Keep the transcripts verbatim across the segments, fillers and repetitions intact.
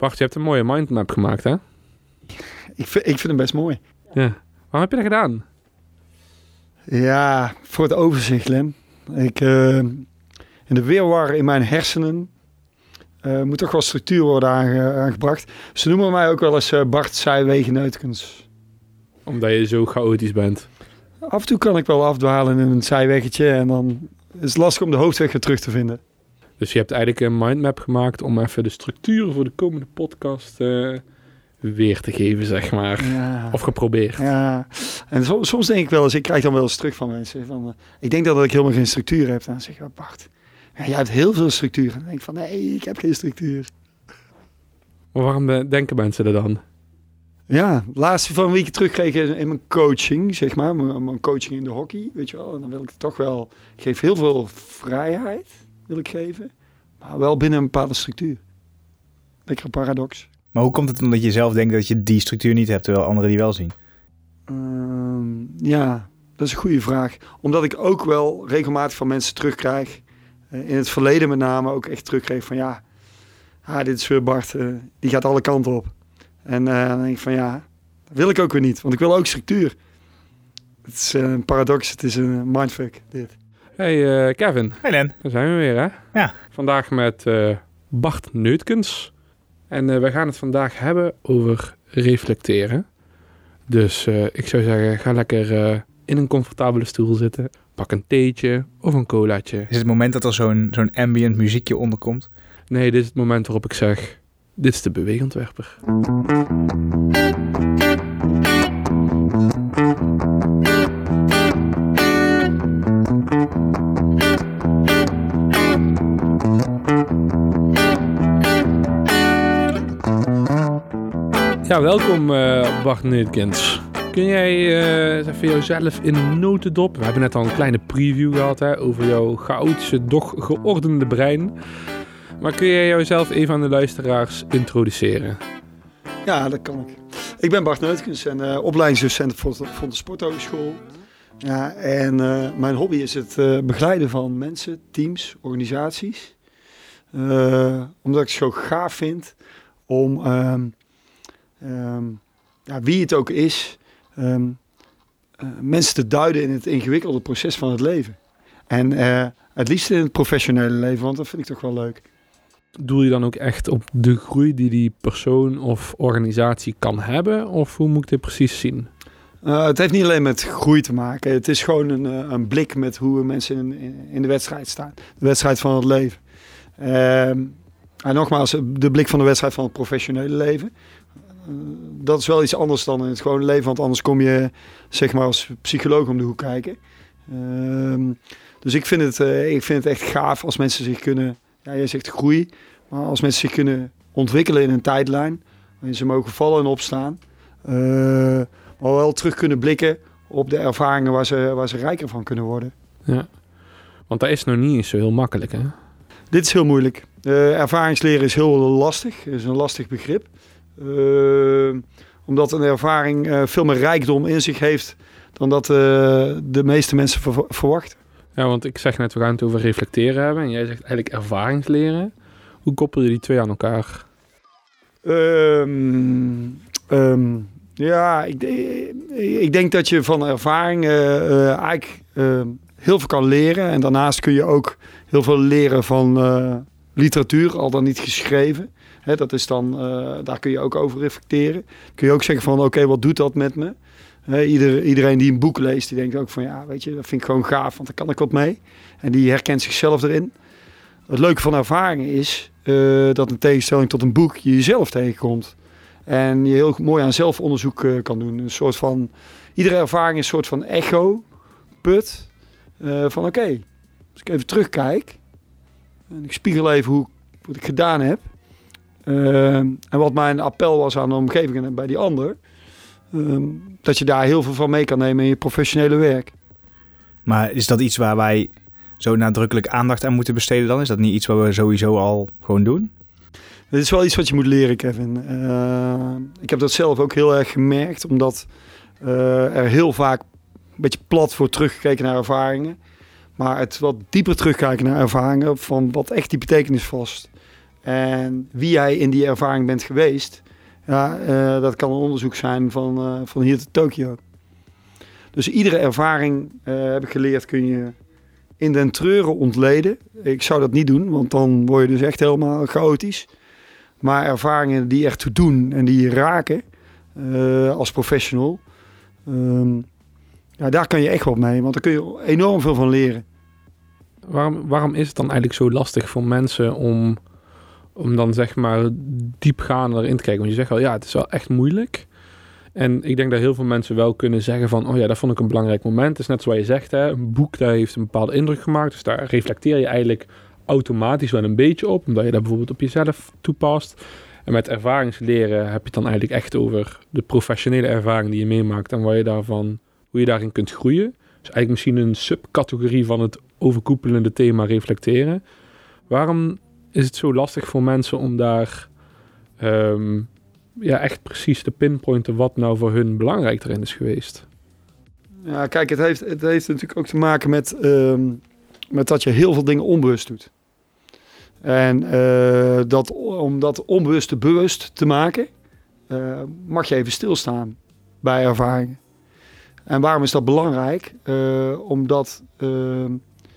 Bart, je hebt een mooie mindmap gemaakt, hè? Ik vind, ik vind hem best mooi. Ja. Waarom heb je dat gedaan? Ja, voor het overzicht, Lem. Ik, uh, in de weerwar in mijn hersenen uh, moet toch wel structuur worden aange, aangebracht. Ze noemen mij ook wel eens uh, Bart Zijwegen-Neutkens. Omdat je zo chaotisch bent. Af en toe kan ik wel afdwalen in een zijweggetje en dan is het lastig om de hoofdweg weer terug te vinden. Dus je hebt eigenlijk een mindmap gemaakt om even de structuur voor de komende podcast uh, weer te geven, zeg maar. Ja. Of geprobeerd. Ja, en so, soms denk ik wel eens, ik krijg dan wel eens terug van mensen. Van, uh, ik denk dat ik helemaal geen structuur heb. Dan zeg ik, oh, Bart, ja, jij hebt heel veel structuur. En dan denk ik van, nee, ik heb geen structuur. Maar waarom denken mensen er dan? Ja, laatste van een week terugkreeg in, in mijn coaching, zeg maar. Mijn, mijn coaching in de hockey, weet je wel. En dan wil ik toch wel, ik geef heel veel vrijheid, wil ik geven. Maar wel binnen een bepaalde structuur. Lekker een paradox. Maar hoe komt het omdat je zelf denkt dat je die structuur niet hebt, terwijl anderen die wel zien? Um, ja, dat is een goede vraag. Omdat ik ook wel regelmatig van mensen terugkrijg, uh, in het verleden met name ook echt terugkreeg van ja, ah, dit is weer Bart, uh, die gaat alle kanten op. En uh, dan denk ik van ja, dat wil ik ook weer niet, want ik wil ook structuur. Het is uh, een paradox, het is een mindfuck dit. Hey uh, Kevin. Hey Len. Daar zijn we weer, hè? Ja. Vandaag met uh, Bart Neutkens. En uh, we gaan het vandaag hebben over reflecteren. Dus uh, ik zou zeggen, ga lekker uh, in een comfortabele stoel zitten. Pak een theetje of een colaatje. Is het het moment dat er zo'n, zo'n ambient muziekje onderkomt? Nee, dit is het moment waarop ik zeg, dit is de beweegontwerper. Ja, welkom uh, Bart Neutkens. Kun jij uh, even jouzelf in een notendop... We hebben net al een kleine preview gehad hè, over jouw chaotische, doch geordende brein. Maar kun jij jouzelf even aan de luisteraars introduceren? Ja, dat kan ik. Ik ben Bart Neutkens en uh, opleidingsdocent voor de, voor de Sporthogeschool. Ja, en uh, mijn hobby is het uh, begeleiden van mensen, teams, organisaties. Uh, omdat ik het zo gaaf vind om... Um, Um, ja, wie het ook is, um, uh, mensen te duiden in het ingewikkelde proces van het leven. En uh, het liefst in het professionele leven, want dat vind ik toch wel leuk. Doel je dan ook echt op de groei die die persoon of organisatie kan hebben? Of hoe moet ik dit precies zien? Uh, het heeft niet alleen met groei te maken. Het is gewoon een, uh, een blik met hoe mensen in, in, in de wedstrijd staan. De wedstrijd van het leven. Uh, en nogmaals, de blik van de wedstrijd van het professionele leven. Uh, dat is wel iets anders dan in het gewone leven. Want anders kom je zeg maar als psycholoog om de hoek kijken. Uh, dus ik vind, het, uh, ik vind het echt gaaf als mensen zich kunnen... Ja, jij zegt groei. Maar als mensen zich kunnen ontwikkelen in een tijdlijn. Waarin ze mogen vallen en opstaan. Uh, maar wel terug kunnen blikken op de ervaringen waar ze, waar ze rijker van kunnen worden. Ja, want dat is nog niet eens zo heel makkelijk, hè? Dit is heel moeilijk. Uh, ervaringsleren is heel lastig. Het is een lastig begrip. Uh, omdat een ervaring uh, veel meer rijkdom in zich heeft dan dat uh, de meeste mensen ver- verwachten. Ja, want ik zeg net, we gaan het over reflecteren hebben. En jij zegt eigenlijk ervaringsleren. Hoe koppel je die twee aan elkaar? Um, um, ja, ik, ik denk dat je van ervaring uh, uh, eigenlijk uh, heel veel kan leren. En daarnaast kun je ook heel veel leren van uh, literatuur, al dan niet geschreven. Hè, dat is dan, uh, daar kun je ook over reflecteren. Kun je ook zeggen van, oké, okay, wat doet dat met me? He, ieder, iedereen die een boek leest, die denkt ook van, ja, weet je, dat vind ik gewoon gaaf, want daar kan ik wat mee. En die herkent zichzelf erin. Het leuke van ervaring is uh, dat in tegenstelling tot een boek je jezelf tegenkomt. En je heel mooi aan zelfonderzoek uh, kan doen. Een soort van, iedere ervaring is een soort van echo, put, uh, van oké, okay, als ik even terugkijk en ik spiegel even hoe, wat ik gedaan heb. Uh, en wat mijn appel was aan de omgeving en bij die ander. Um, dat je daar heel veel van mee kan nemen in je professionele werk. Maar is dat iets waar wij zo nadrukkelijk aandacht aan moeten besteden dan? Is dat niet iets wat we sowieso al gewoon doen? Dit is wel iets wat je moet leren, Kevin. Uh, ik heb dat zelf ook heel erg gemerkt, omdat uh, er heel vaak een beetje plat wordt teruggekeken naar ervaringen. Maar het wat dieper terugkijken naar ervaringen van wat echt die betekenis vast. En wie jij in die ervaring bent geweest, ja, uh, dat kan een onderzoek zijn van, uh, van hier tot Tokio. Dus iedere ervaring, uh, heb ik geleerd, kun je in den treuren ontleden. Ik zou dat niet doen, want dan word je dus echt helemaal chaotisch. Maar ervaringen die ertoe doen en die je raken uh, als professional, um, ja, daar kan je echt wat mee, want daar kun je enorm veel van leren. Waarom, waarom is het dan eigenlijk zo lastig voor mensen om, om dan zeg maar diepgaander erin te kijken? Want je zegt wel, ja, het is wel echt moeilijk. En ik denk dat heel veel mensen wel kunnen zeggen van, oh ja, dat vond ik een belangrijk moment. Het is net zoals je zegt, hè, een boek, dat heeft een bepaalde indruk gemaakt. Dus daar reflecteer je eigenlijk automatisch wel een beetje op, omdat je dat bijvoorbeeld op jezelf toepast. En met ervaringsleren heb je het dan eigenlijk echt over de professionele ervaring die je meemaakt en waar je daarvan, hoe je daarin kunt groeien. Dus eigenlijk misschien een subcategorie van het overkoepelende thema reflecteren. Waarom is het zo lastig voor mensen om daar um, ja, echt precies te pinpointen wat nou voor hun belangrijk erin is geweest? Ja, kijk, het heeft, het heeft natuurlijk ook te maken met, um, met dat je heel veel dingen onbewust doet. En uh, dat, om dat onbewuste bewust te maken, uh, mag je even stilstaan bij ervaringen. En waarom is dat belangrijk? Uh, omdat, uh,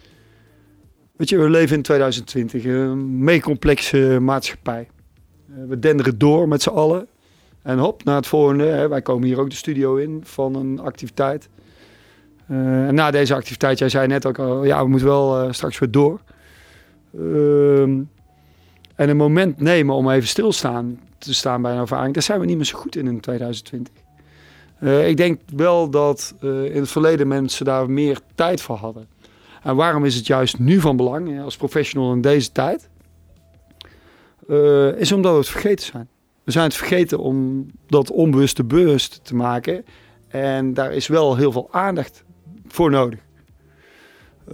weet je, we leven in twintig twintig, een mee complexe maatschappij. Uh, we denderen door met z'n allen. En hop, naar het volgende. Hè, wij komen hier ook de studio in van een activiteit. Uh, en na deze activiteit, jij zei net ook al, ja, we moeten wel uh, straks weer door. Uh, en een moment nemen om even stilstaan te staan bij een ervaring, daar zijn we niet meer zo goed in in twintig twintig. Uh, ik denk wel dat uh, in het verleden mensen daar meer tijd voor hadden. En waarom is het juist nu van belang, ja, als professional in deze tijd? Uh, is omdat we het vergeten zijn. We zijn het vergeten om dat onbewuste bewust te maken. En daar is wel heel veel aandacht voor nodig. Uh,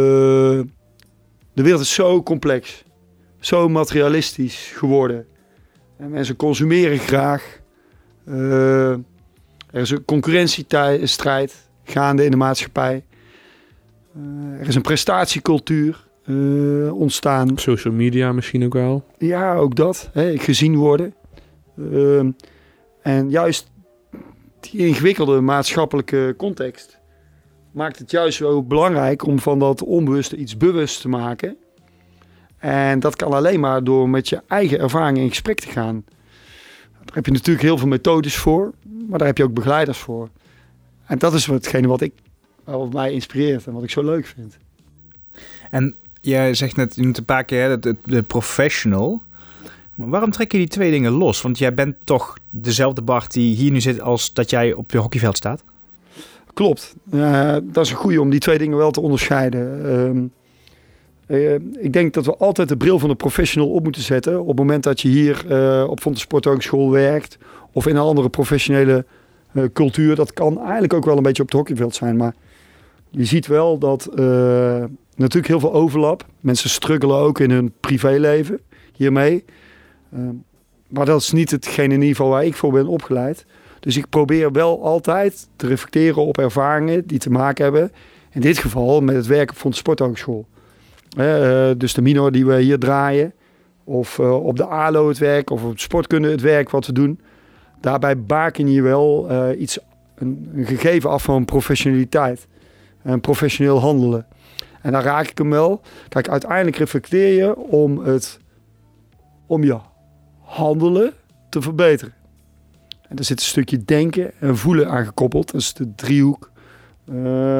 de wereld is zo complex. Zo materialistisch geworden. En mensen consumeren graag. Uh, er is een concurrentiestrijd gaande in de maatschappij. Uh, er is een prestatiecultuur uh, ontstaan. Social media misschien ook wel. Ja, ook dat. Hè, gezien worden. Uh, en juist die ingewikkelde maatschappelijke context maakt het juist zo belangrijk om van dat onbewuste iets bewust te maken. En dat kan alleen maar door met je eigen ervaringen in gesprek te gaan. Daar heb je natuurlijk heel veel methodes voor, maar daar heb je ook begeleiders voor. En dat is hetgene wat, ik, wat mij inspireert en wat ik zo leuk vind. En jij zegt net, je noemt een paar keer hè, de, de professional. Maar waarom trek je die twee dingen los? Want jij bent toch dezelfde Bart die hier nu zit als dat jij op je hockeyveld staat? Klopt. Uh, dat is een goeie om die twee dingen wel te onderscheiden. Uh, uh, ik denk dat we altijd de bril van de professional op moeten zetten. Op het moment dat je hier uh, op Fontes Sport Hogeschool werkt. Of in een andere professionele uh, cultuur. Dat kan eigenlijk ook wel een beetje op het hockeyveld zijn. Maar je ziet wel dat uh, natuurlijk heel veel overlap. Mensen struggelen ook in hun privéleven hiermee. Uh, maar dat is niet hetgene niveau waar ik voor ben opgeleid. Dus ik probeer wel altijd te reflecteren op ervaringen die te maken hebben. In dit geval met het werken van de sporthogeschool. Uh, dus de minor die we hier draaien. Of uh, op de A L O het werk. Of op de sportkunde het werk wat we doen. Daarbij baken je wel uh, iets, een, een gegeven af van professionaliteit. En professioneel handelen. En daar raak ik hem wel. Kijk, uiteindelijk reflecteer je om het... om je handelen te verbeteren. En er zit een stukje denken en voelen aan gekoppeld. Dat is de driehoek. Uh,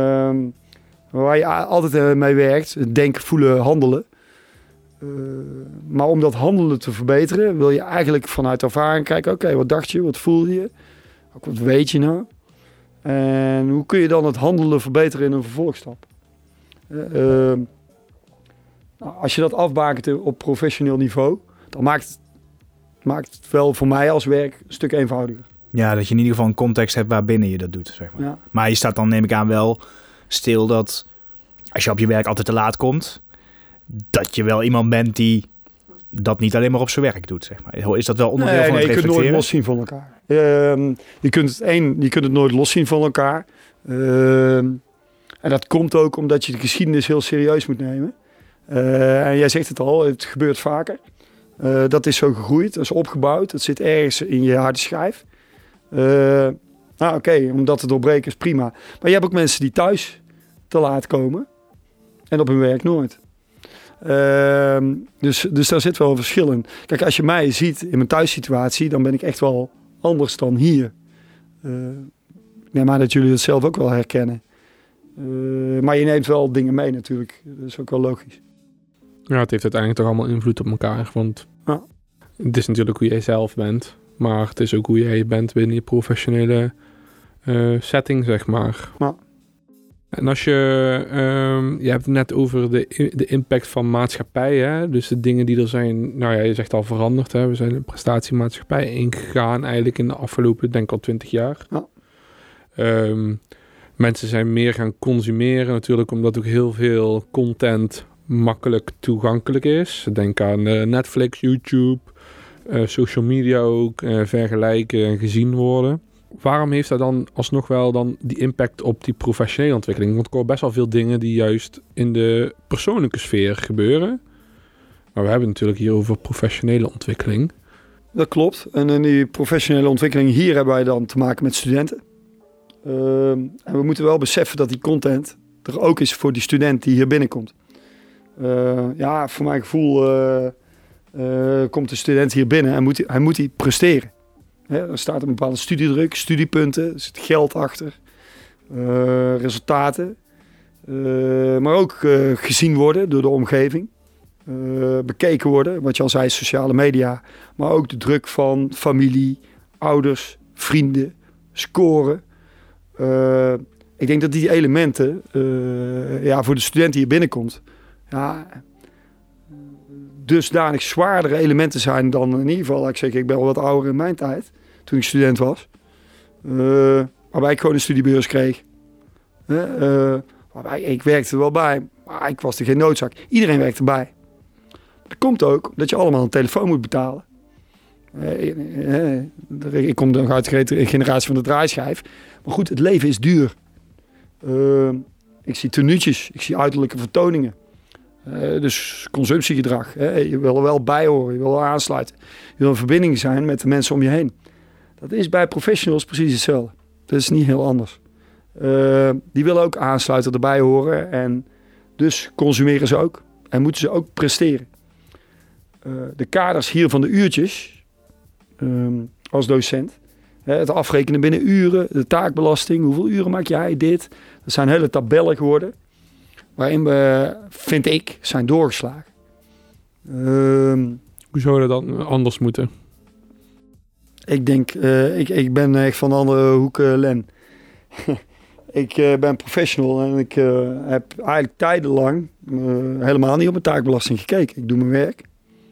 waar je altijd mee werkt. Denken, voelen, handelen. Uh, maar om dat handelen te verbeteren... wil je eigenlijk vanuit ervaring kijken... oké, okay, wat dacht je? Wat voelde je? Ook wat weet je nou? En hoe kun je dan het handelen verbeteren in een vervolgstap? Uh, uh, nou, als je dat afbakent op professioneel niveau... dan maakt het maakt het wel voor mij als werk een stuk eenvoudiger. Ja, dat je in ieder geval een context hebt waarbinnen je dat doet, zeg maar. Ja. Maar je staat dan, neem ik aan, wel stil dat als je op je werk altijd te laat komt, dat je wel iemand bent die dat niet alleen maar op zijn werk doet, zeg maar. Is dat wel onderdeel nee, van nee, het reflecteren? Je kunt reflecteren? nooit los zien van elkaar. Uh, je, kunt het een, je kunt het nooit los zien van elkaar. Uh, en dat komt ook omdat je de geschiedenis heel serieus moet nemen. Uh, en jij zegt het al, het gebeurt vaker. Uh, dat is zo gegroeid, dat is opgebouwd. Dat zit ergens in je harde schijf. Uh, nou, oké, okay, om dat te doorbreken is prima. Maar je hebt ook mensen die thuis te laat komen. En op hun werk nooit. Uh, dus, dus daar zit wel een verschil in. Kijk, als je mij ziet in mijn thuissituatie, dan ben ik echt wel anders dan hier. Uh, ik neem aan dat jullie dat zelf ook wel herkennen. Uh, maar je neemt wel dingen mee natuurlijk. Dat is ook wel logisch. Ja, het heeft uiteindelijk toch allemaal invloed op elkaar. Want ja. Het is natuurlijk hoe jij zelf bent. Maar het is ook hoe jij bent binnen je professionele uh, setting, zeg maar. Ja. En als je... Um, je hebt het net over de, de impact van maatschappij. Hè? Dus de dingen die er zijn... Nou ja, je zegt al veranderd. Hè? We zijn een prestatiemaatschappij ingegaan eigenlijk in de afgelopen, denk ik al twintig jaar. Ja. Um, mensen zijn meer gaan consumeren natuurlijk, omdat ook heel veel content makkelijk toegankelijk is. Denk aan uh, Netflix, YouTube, uh, social media ook, uh, vergelijken en gezien worden. Waarom heeft dat dan alsnog wel dan die impact op die professionele ontwikkeling? Want ik hoor best wel veel dingen die juist in de persoonlijke sfeer gebeuren. Maar we hebben het natuurlijk hier over professionele ontwikkeling. Dat klopt. En in die professionele ontwikkeling hier hebben wij dan te maken met studenten. Uh, en we moeten wel beseffen dat die content er ook is voor die student die hier binnenkomt. Uh, ja, voor mijn gevoel uh, uh, komt de student hier binnen en moet hij, hij moet die presteren. Hè, er staat een bepaalde studiedruk, studiepunten, er zit geld achter, uh, resultaten. Uh, maar ook uh, gezien worden door de omgeving. Uh, bekeken worden, wat je al zei, sociale media. Maar ook de druk van familie, ouders, vrienden, scoren. Uh, ik denk dat die elementen uh, ja, voor de student die hier binnenkomt... Ja, dusdanig zwaardere elementen zijn dan in ieder geval... Ik zeg, ik ben al wat ouder in mijn tijd, toen ik student was. Uh, waarbij ik gewoon een studiebeurs kreeg. Uh, uh, waarbij ik werkte er wel bij, maar ik was er geen noodzaak. Iedereen werkt erbij. Dat komt ook dat je allemaal een telefoon moet betalen. Uh, uh, ik kom nog uit de generatie van de draaischijf. Maar goed, het leven is duur. Uh, ik zie tenuutjes, ik zie uiterlijke vertoningen. Uh, dus consumptiegedrag. Hè? Je wil er wel bij horen, je wil er aansluiten. Je wil een verbinding zijn met de mensen om je heen. Dat is bij professionals precies hetzelfde. Dat is niet heel anders. Uh, die willen ook aansluiten, erbij horen. En dus consumeren ze ook. En moeten ze ook presteren. Uh, de kaders hier van de uurtjes, um, als docent. Hè, het afrekenen binnen uren, de taakbelasting. Hoeveel uren maak jij dit? Dat zijn hele tabellen geworden. Waarin we, vind ik, zijn doorgeslagen. Um, Hoe zou dat dan anders moeten? Ik denk, uh, ik, ik ben echt van de andere hoek uh, Len. ik uh, ben professional en ik uh, heb eigenlijk tijdenlang uh, helemaal niet op mijn taakbelasting gekeken. Ik doe mijn werk.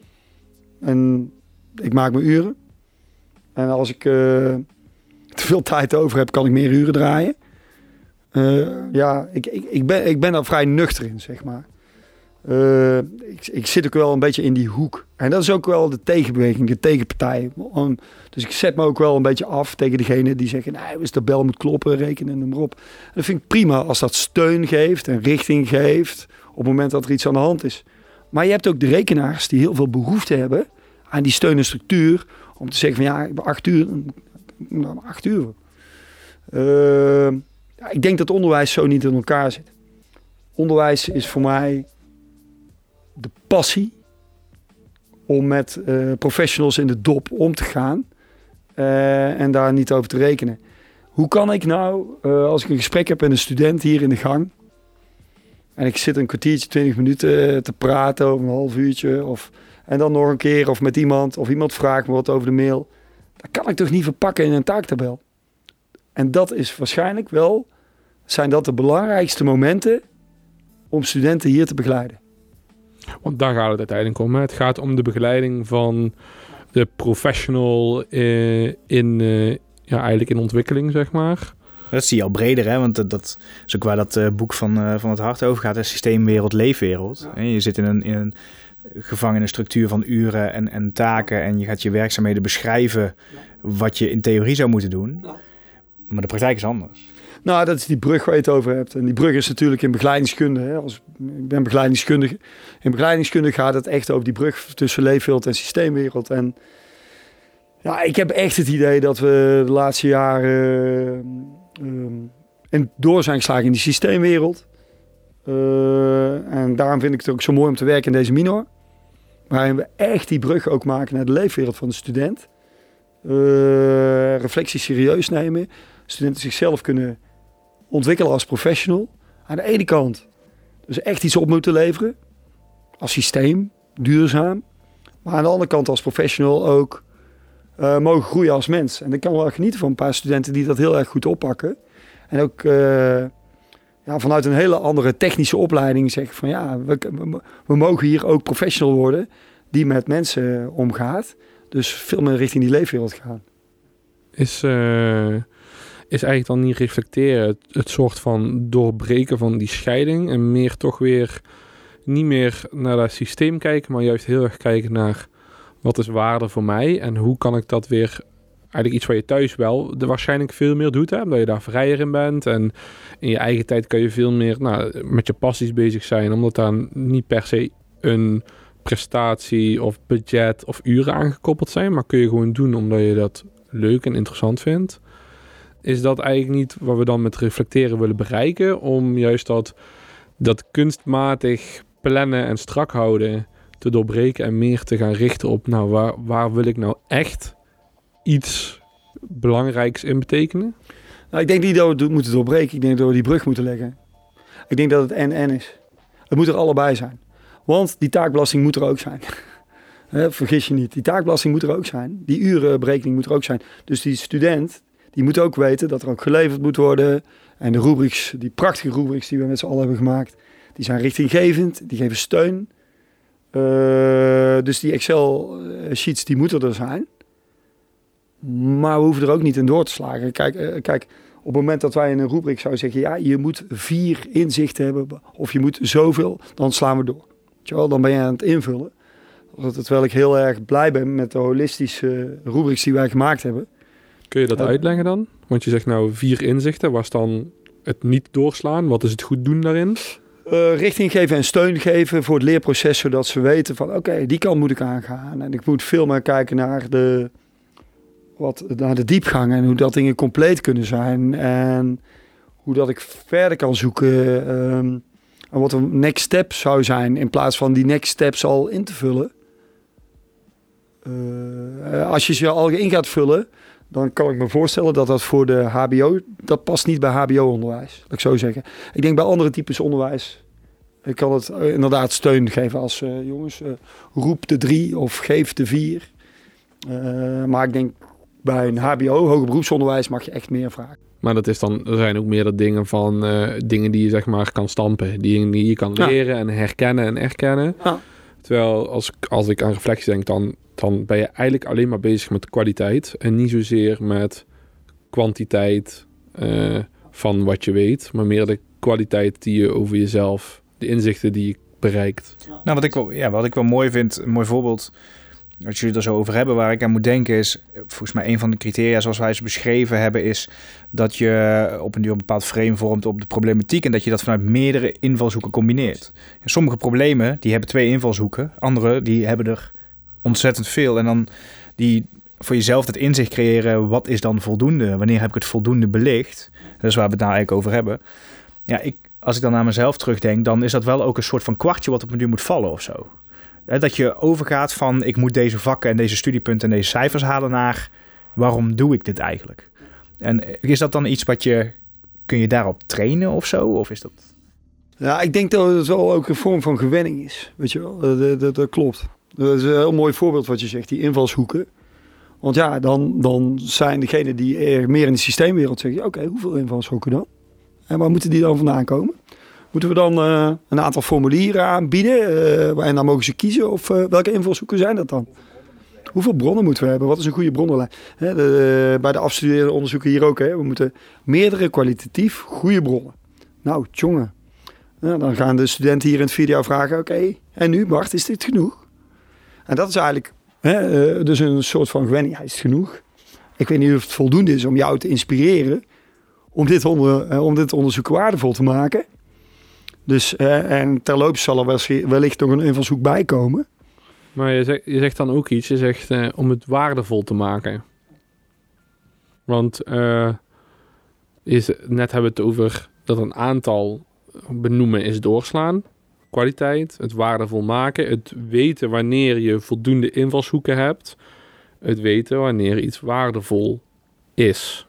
En ik maak mijn uren. En als ik uh, te veel tijd over heb, kan ik meer uren draaien. Uh, ja, ik, ik, ik, ben, ik ben daar vrij nuchter in, zeg maar. Uh, ik, ik zit ook wel een beetje in die hoek. En dat is ook wel de tegenbeweging, de tegenpartij. Um, dus ik zet me ook wel een beetje af tegen degene die zeggen... nee, dus de bel moet kloppen, rekenen en maar op. En dat vind ik prima als dat steun geeft en richting geeft... op het moment dat er iets aan de hand is. Maar je hebt ook de rekenaars die heel veel behoefte hebben... aan die steun en structuur... om te zeggen van ja, ik ben acht uur... Nou, acht uur. Uh, ja, ik denk dat onderwijs zo niet in elkaar zit. Onderwijs is voor mij de passie om met uh, professionals in de dop om te gaan uh, en daar niet over te rekenen. Hoe kan ik nou, uh, als ik een gesprek heb met een student hier in de gang en ik zit een kwartiertje, twintig minuten te praten of een half uurtje of, en dan nog een keer of met iemand of iemand vraagt me wat over de mail, dat kan ik toch niet verpakken in een taaktabel. En dat is waarschijnlijk wel, zijn dat de belangrijkste momenten om studenten hier te begeleiden. Want daar gaat het uiteindelijk om. Hè? Het gaat om de begeleiding van de professional uh, in, uh, ja, eigenlijk in ontwikkeling, zeg maar. Dat zie je al breder, hè? Want dat, dat is ook waar dat uh, boek van, uh, van het hart over gaat. Hè? Systeemwereld, leefwereld. Ja. Je zit in een, in een gevangene structuur van uren en, en taken en je gaat je werkzaamheden beschrijven wat je in theorie zou moeten doen. Maar de praktijk is anders. Nou, dat is die brug waar je het over hebt. En die brug is natuurlijk in begeleidingskunde. Hè. Als, ik ben begeleidingskundige. In begeleidingskunde gaat het echt over die brug tussen leefwereld en systeemwereld. En ja, ik heb echt het idee dat we de laatste jaren uh, um, en door zijn geslagen in die systeemwereld. Uh, en daarom vind ik het ook zo mooi om te werken in deze minor. Waarin we echt die brug ook maken naar de leefwereld van de student. Uh, reflectie serieus nemen. Studenten zichzelf kunnen ontwikkelen als professional. Aan de ene kant dus echt iets op moeten leveren. Als systeem, duurzaam. Maar aan de andere kant als professional ook uh, mogen groeien als mens. En ik kan wel genieten van een paar studenten die dat heel erg goed oppakken. En ook uh, ja, vanuit een hele andere technische opleiding zeggen van ja, we, we, we mogen hier ook professional worden die met mensen omgaat. Dus veel meer richting die leefwereld gaan. Is, uh, is eigenlijk dan niet reflecteren het, het soort van doorbreken van die scheiding en meer toch weer niet meer naar dat systeem kijken, maar juist heel erg kijken naar wat is waarde voor mij en hoe kan ik dat weer, eigenlijk iets waar je thuis wel de waarschijnlijk veel meer doet, hè, omdat je daar vrijer in bent en in je eigen tijd kan je veel meer nou, met je passies bezig zijn, omdat daar niet per se een prestatie of budget of uren aangekoppeld zijn, maar kun je gewoon doen omdat je dat leuk en interessant vindt. Is dat eigenlijk niet wat we dan met reflecteren willen bereiken, om juist dat, dat kunstmatig plannen en strak houden te doorbreken en meer te gaan richten op, nou, waar, waar wil ik nou echt iets belangrijks in betekenen? Nou, ik denk niet dat we het moeten doorbreken. Ik denk dat we die brug moeten leggen. Ik denk dat het en-en is. Het moet er allebei zijn. Want die taakbelasting moet er ook zijn. He, vergis je niet. Die taakbelasting moet er ook zijn. Die urenberekening moet er ook zijn. Dus die student, die moet ook weten dat er ook geleverd moet worden. En de rubrics, die prachtige rubrics die we met z'n allen hebben gemaakt, die zijn richtinggevend. Die geven steun. Uh, dus die Excel-sheets, die moeten er zijn. Maar we hoeven er ook niet in door te slagen. Kijk, uh, kijk, op het moment dat wij in een rubriek zouden zeggen, ja, je moet vier inzichten hebben, of je moet zoveel, dan slaan we door. Wel, dan ben je aan het invullen. Terwijl ik heel erg blij ben met de holistische rubrics die wij gemaakt hebben. Kun je dat uh, uitleggen dan? Want je zegt nou vier inzichten. Was dan het niet doorslaan? Wat is het goed doen daarin? Uh, richting geven en steun geven voor het leerproces. Zodat ze weten van oké, okay, die kant moet ik aangaan. En ik moet veel meer kijken naar de, wat, naar de diepgang. En hoe dat dingen compleet kunnen zijn. En hoe dat ik verder kan zoeken. Um, En wat een next step zou zijn, in plaats van die next steps al in te vullen. Uh, als je ze al in gaat vullen, dan kan ik me voorstellen dat dat voor de H B O, dat past niet bij H B O-onderwijs, laat ik zo zeggen. Ik denk bij andere types onderwijs, ik kan het uh, inderdaad steun geven als uh, jongens, uh, roep de drie of geef de vier. Uh, maar ik denk bij een H B O, hoger beroepsonderwijs, mag je echt meer vragen. Maar dat is dan, er zijn ook meerdere dingen van uh, dingen die je zeg maar kan stampen. Die, die je kan leren ja. en herkennen en erkennen. Ja. Terwijl als, als ik aan reflectie denk, dan, dan ben je eigenlijk alleen maar bezig met kwaliteit. En niet zozeer met kwantiteit uh, van wat je weet. Maar meer de kwaliteit die je over jezelf, de inzichten die je bereikt. Nou, wat ik wel, ja, wat ik wel mooi vind, een mooi voorbeeld, wat jullie er zo over hebben, waar ik aan moet denken is, volgens mij een van de criteria zoals wij ze beschreven hebben, is dat je op een, een bepaald frame vormt op de problematiek en dat je dat vanuit meerdere invalshoeken combineert. En sommige problemen, die hebben twee invalshoeken, andere die hebben er ontzettend veel. En dan die voor jezelf het inzicht creëren, wat is dan voldoende? Wanneer heb ik het voldoende belicht? Dat is waar we het nou eigenlijk over hebben. Ja, ik, als ik dan naar mezelf terugdenk, dan is dat wel ook een soort van kwartje wat op me nu moet vallen of zo. Dat je overgaat van ik moet deze vakken en deze studiepunten en deze cijfers halen naar waarom doe ik dit eigenlijk? En is dat dan iets wat je, kun je daarop trainen of zo? Of is dat? Ja, ik denk dat het wel ook een vorm van gewenning is. Weet je wel, dat, dat, dat klopt. Dat is een heel mooi voorbeeld wat je zegt, die invalshoeken. Want ja, dan, dan zijn degenen die er meer in de systeemwereld zeggen, oké, okay, hoeveel invalshoeken dan? En waar moeten die dan vandaan komen? Moeten we dan uh, een aantal formulieren aanbieden uh, en dan mogen ze kiezen? Of uh, welke invalshoeken zijn dat dan? Hoeveel bronnen moeten we hebben? Wat is een goede bronnenlijst? Hè, de, bij de afgestudeerde onderzoeken hier ook. Hè, we moeten meerdere kwalitatief goede bronnen. Nou, jongen. Ja, dan gaan de studenten hier in het vierde jaar vragen, oké, okay, en nu Bart, is dit genoeg? En dat is eigenlijk hè, uh, dus een soort van gewenning. Ja, is het genoeg? Ik weet niet of het voldoende is om jou te inspireren om dit, onder, uh, om dit onderzoek waardevol te maken. Dus, uh, en terloops zal er wellicht nog een invalshoek bij komen. Maar je zegt, je zegt dan ook iets, je zegt uh, om het waardevol te maken. Want uh, is, net hebben we het over dat een aantal benoemen is doorslaan. Kwaliteit, het waardevol maken, het weten wanneer je voldoende invalshoeken hebt. Het weten wanneer iets waardevol is.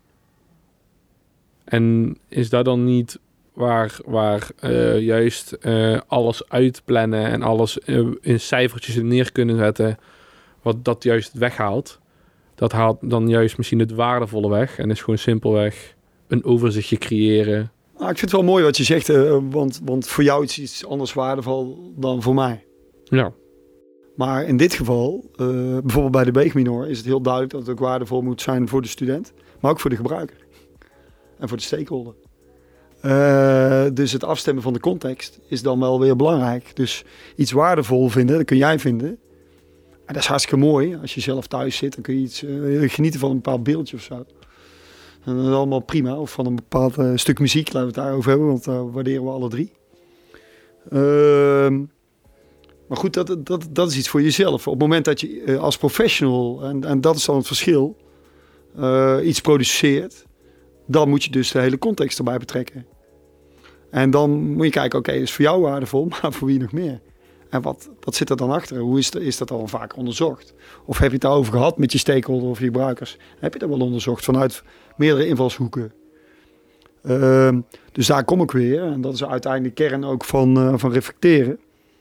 En is dat dan niet waar, waar uh, juist uh, alles uitplannen en alles uh, in cijfertjes neer kunnen zetten, wat dat juist weghaalt? Dat haalt dan juist misschien het waardevolle weg en is gewoon simpelweg een overzichtje creëren. Nou, ik vind het wel mooi wat je zegt, uh, want, want voor jou is iets anders waardevol dan voor mij. Ja. Maar in dit geval, uh, bijvoorbeeld bij de Beegminor, is het heel duidelijk dat het ook waardevol moet zijn voor de student, maar ook voor de gebruiker en voor de stakeholder. Uh, dus het afstemmen van de context is dan wel weer belangrijk. Dus iets waardevol vinden, dat kun jij vinden. En dat is hartstikke mooi. Als je zelf thuis zit, dan kun je iets uh, genieten van een bepaald beeldje of zo. En dat is allemaal prima. Of van een bepaald uh, stuk muziek, laten we het daarover hebben, want dat uh, waarderen we alle drie. Uh, maar goed, dat, dat, dat is iets voor jezelf. Op het moment dat je uh, als professional, en, en dat is dan het verschil, uh, iets produceert, dan moet je dus de hele context erbij betrekken. En dan moet je kijken, oké, okay, is voor jou waardevol, maar voor wie nog meer? En wat, wat zit er dan achter? Hoe is, de, is dat al vaak onderzocht? Of heb je het daarover gehad met je stakeholder of je gebruikers? Heb je dat wel onderzocht vanuit meerdere invalshoeken? Uh, dus daar kom ik weer. En dat is uiteindelijk de kern ook van, uh, van reflecteren.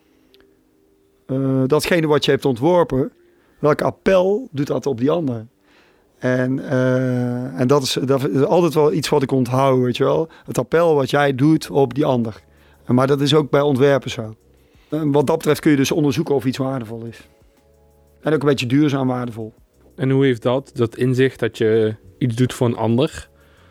Uh, datgene wat je hebt ontworpen, welk appel doet dat op die ander? En, uh, en dat, is, dat is altijd wel iets wat ik onthoud, weet je wel. Het appel wat jij doet op die ander. Maar dat is ook bij ontwerpen zo. En wat dat betreft kun je dus onderzoeken of iets waardevol is. En ook een beetje duurzaam waardevol. En hoe heeft dat, dat inzicht dat je iets doet voor een ander?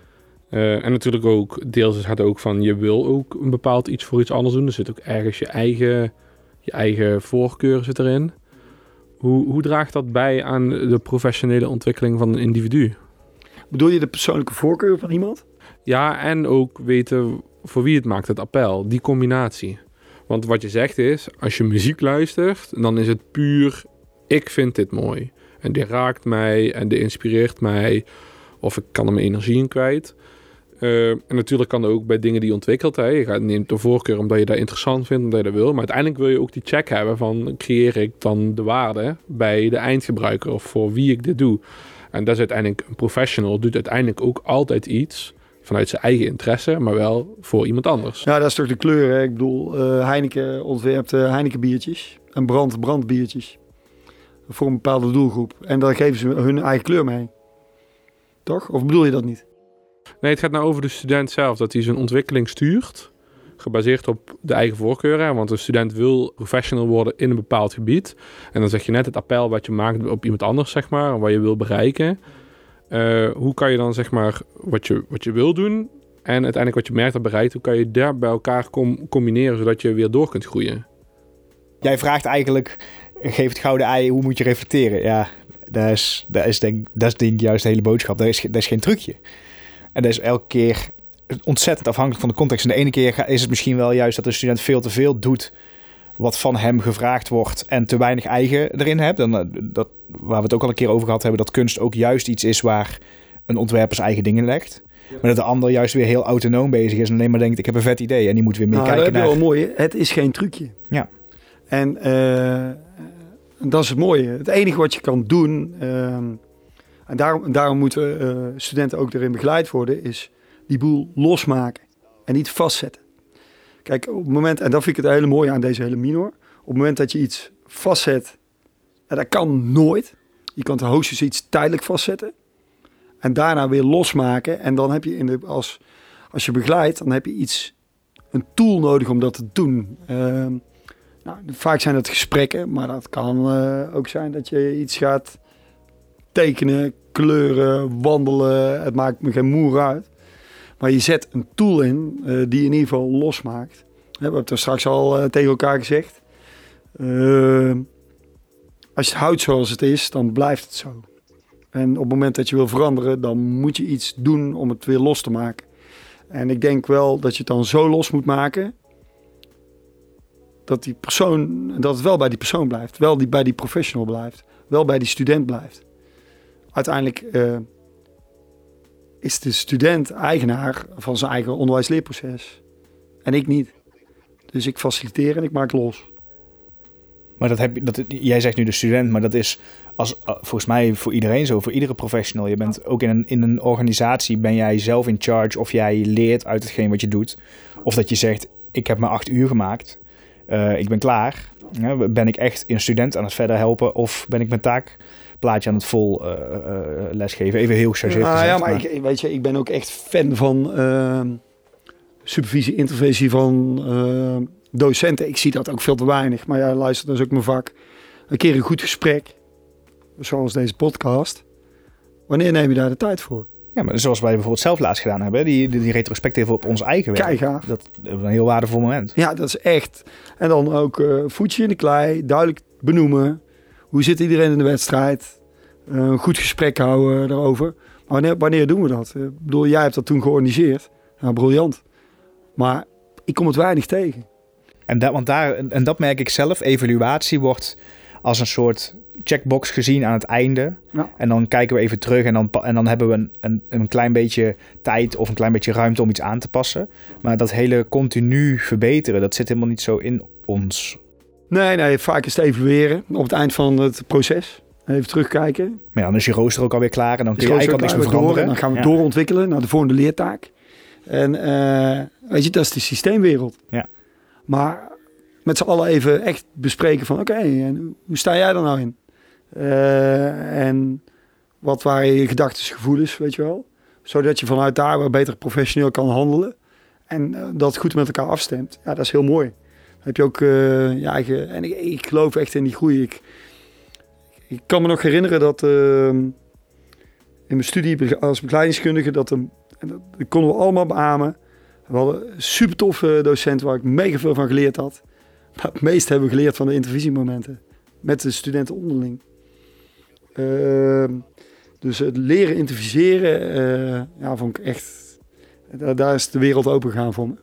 Uh, en natuurlijk ook, deels is het ook van, je wil ook een bepaald iets voor iets anders doen. Er zit ook ergens je eigen, je eigen voorkeur zit erin. Hoe, hoe draagt dat bij aan de professionele ontwikkeling van een individu? Bedoel je de persoonlijke voorkeur van iemand? Ja, en ook weten voor wie het maakt, het appel, die combinatie. Want wat je zegt is, als je muziek luistert, dan is het puur, ik vind dit mooi. En die raakt mij en die inspireert mij. Of ik kan er mijn energie in kwijt. Uh, en natuurlijk kan er ook bij dingen die je ontwikkelt. Hè. Je gaat, neemt de voorkeur omdat je dat interessant vindt, omdat je dat wil. Maar uiteindelijk wil je ook die check hebben van, creëer ik dan de waarde bij de eindgebruiker of voor wie ik dit doe. En dat is uiteindelijk, een professional doet uiteindelijk ook altijd iets vanuit zijn eigen interesse, maar wel voor iemand anders. Ja, dat is toch de kleur. Hè? Ik bedoel, uh, Heineken ontwerpt uh, Heineken biertjes en brand brandbiertjes voor een bepaalde doelgroep. En daar geven ze hun eigen kleur mee. Toch? Of bedoel je dat niet? Nee, het gaat nou over de student zelf, dat hij zijn ontwikkeling stuurt, gebaseerd op de eigen voorkeuren. Want een student wil professional worden in een bepaald gebied. En dan zeg je net het appel wat je maakt op iemand anders, zeg maar, wat je wil bereiken. Uh, hoe kan je dan, zeg maar, wat je, wat je wil doen en uiteindelijk wat je merkt dat bereikt, hoe kan je daar bij elkaar com- combineren, zodat je weer door kunt groeien? Jij vraagt eigenlijk, geef het gouden ei, hoe moet je reflecteren? Ja, dat is, dat is, denk, dat is denk ik juist de hele boodschap. Dat is, dat is geen trucje. En dat is elke keer ontzettend afhankelijk van de context. En de ene keer is het misschien wel juist dat de student veel te veel doet wat van hem gevraagd wordt en te weinig eigen erin hebt. Dan, dat, waar we het ook al een keer over gehad hebben, dat kunst ook juist iets is waar een ontwerper zijn eigen dingen legt. Ja. Maar dat de ander juist weer heel autonoom bezig is en alleen maar denkt, ik heb een vet idee en die moet weer mee nou, kijken dat naar... is wel mooi. Het is geen trucje. Ja. En uh, dat is het mooie. Het enige wat je kan doen, uh, en daarom, daarom moeten uh, studenten ook erin begeleid worden, is die boel losmaken en niet vastzetten. Kijk, op het moment, en dat vind ik het hele mooie aan deze hele minor, op het moment dat je iets vastzet, en dat kan nooit. Je kan het hoogstens iets tijdelijk vastzetten en daarna weer losmaken. En dan heb je in de, als, als je begeleidt, dan heb je iets, een tool nodig om dat te doen. Uh, nou, vaak zijn dat gesprekken, maar dat kan uh, ook zijn dat je iets gaat tekenen, kleuren, wandelen. Het maakt me geen moer uit. Maar je zet een tool in uh, die in ieder geval losmaakt. We hebben het er straks al uh, tegen elkaar gezegd. Uh, als je het houdt zoals het is, dan blijft het zo. En op het moment dat je wil veranderen, dan moet je iets doen om het weer los te maken. En ik denk wel dat je het dan zo los moet maken dat die persoon, dat het wel bij die persoon blijft, wel die, bij die professional blijft, wel bij die student blijft. Uiteindelijk uh, is de student eigenaar van zijn eigen onderwijs-leerproces en ik niet. Dus ik faciliteer en ik maak los. Maar dat heb je, dat, jij zegt nu de student, maar dat is als, volgens mij voor iedereen zo, voor iedere professional. Je bent ook in een, in een organisatie, ben jij zelf in charge of jij leert uit hetgeen wat je doet. Of dat je zegt, ik heb maar acht uur gemaakt, uh, ik ben klaar. Ja, ben ik echt een student aan het verder helpen of ben ik mijn taakplaatje aan het vol uh, uh, lesgeven? Even heel chargeerd uh, gezegd. Ja, maar, maar. Ik, weet je, ik ben ook echt fan van uh, supervisie, interventie van uh, docenten. Ik zie dat ook veel te weinig, maar ja, luister, dat is ook mijn vak. Een keer een goed gesprek, zoals deze podcast. Wanneer neem je daar de tijd voor? Ja, maar zoals wij bijvoorbeeld zelf laatst gedaan hebben, die, die, die retrospectieve op ons eigen werk. Keigaaf. Dat is een heel waardevol moment. Ja, dat is echt. En dan ook uh, voetje in de klei, duidelijk benoemen. Hoe zit iedereen in de wedstrijd? Uh, een goed gesprek houden daarover. Maar wanneer, wanneer doen we dat? Uh, ik bedoel, jij hebt dat toen georganiseerd. Nou, briljant. Maar ik kom het weinig tegen. En dat, want daar, en dat merk ik zelf, evaluatie wordt als een soort checkbox gezien aan het einde. Ja. En dan kijken we even terug en dan, en dan hebben we een, een, een klein beetje tijd of een klein beetje ruimte om iets aan te passen. Maar dat hele continu verbeteren, dat zit helemaal niet zo in ons. Nee, nee, vaak is het evalueren op het eind van het proces. Even terugkijken. Maar ja, dan is je rooster ook alweer klaar en dan kun je eigenlijk al niks meer veranderen. Door, dan gaan we ja. doorontwikkelen naar de volgende leertaak. En uh, weet je, dat is de systeemwereld. Ja. Maar met z'n allen even echt bespreken van oké, okay, en hoe sta jij er nou in? Uh, en wat waren je gedachten, gevoelens, weet je wel? Zodat je vanuit daar weer beter professioneel kan handelen. En uh, dat goed met elkaar afstemt. Ja, dat is heel mooi. Dan heb je ook uh, je eigen... En ik, ik geloof echt in die groei. Ik, ik kan me nog herinneren dat uh, in mijn studie als begeleidingskundige, dat, um, dat, dat konden we allemaal beamen. We hadden een super toffe docent waar ik mega veel van geleerd had. Maar het meeste hebben we geleerd van de intervisiemomenten. Met de studenten onderling. Uh, dus het leren interviseren, uh, ja, vond ik echt... Daar, daar is de wereld open gegaan voor me.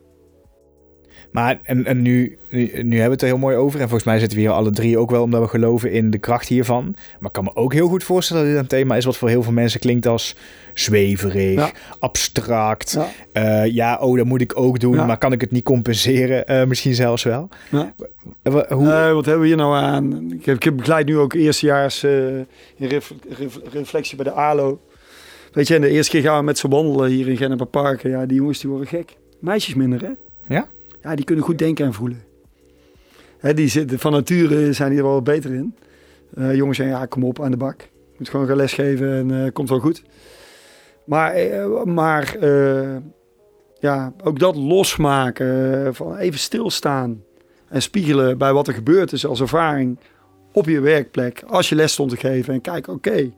Maar en, en nu, nu, nu hebben we het er heel mooi over. En volgens mij zitten we hier alle drie ook wel omdat we geloven in de kracht hiervan. Maar ik kan me ook heel goed voorstellen dat dit een thema is wat voor heel veel mensen klinkt als zweverig, ja. abstract. Ja. Uh, ja, oh, dat moet ik ook doen. Ja. Maar kan ik het niet compenseren? Uh, misschien zelfs wel. Ja. Hoe... Uh, wat hebben we hier nou aan? Ik, heb, ik begeleid nu ook eerstejaars uh, in ref, ref, reflectie bij de A L O. Weet je, en de eerste keer gaan we met ze wandelen hier in Genneper Parken. Ja, die jongens die worden gek. Meisjes minder, hè? Ja? Ja, die kunnen goed denken en voelen. Hè, die zitten, van nature zijn die er wel beter in. Uh, jongens zeggen, ja, kom op, aan de bak. Je moet gewoon gaan lesgeven en uh, komt wel goed. Maar, uh, maar uh, ja, ook dat losmaken, uh, van even stilstaan en spiegelen bij wat er gebeurd is als ervaring op je werkplek. Als je les stond te geven en kijk, oké, okay,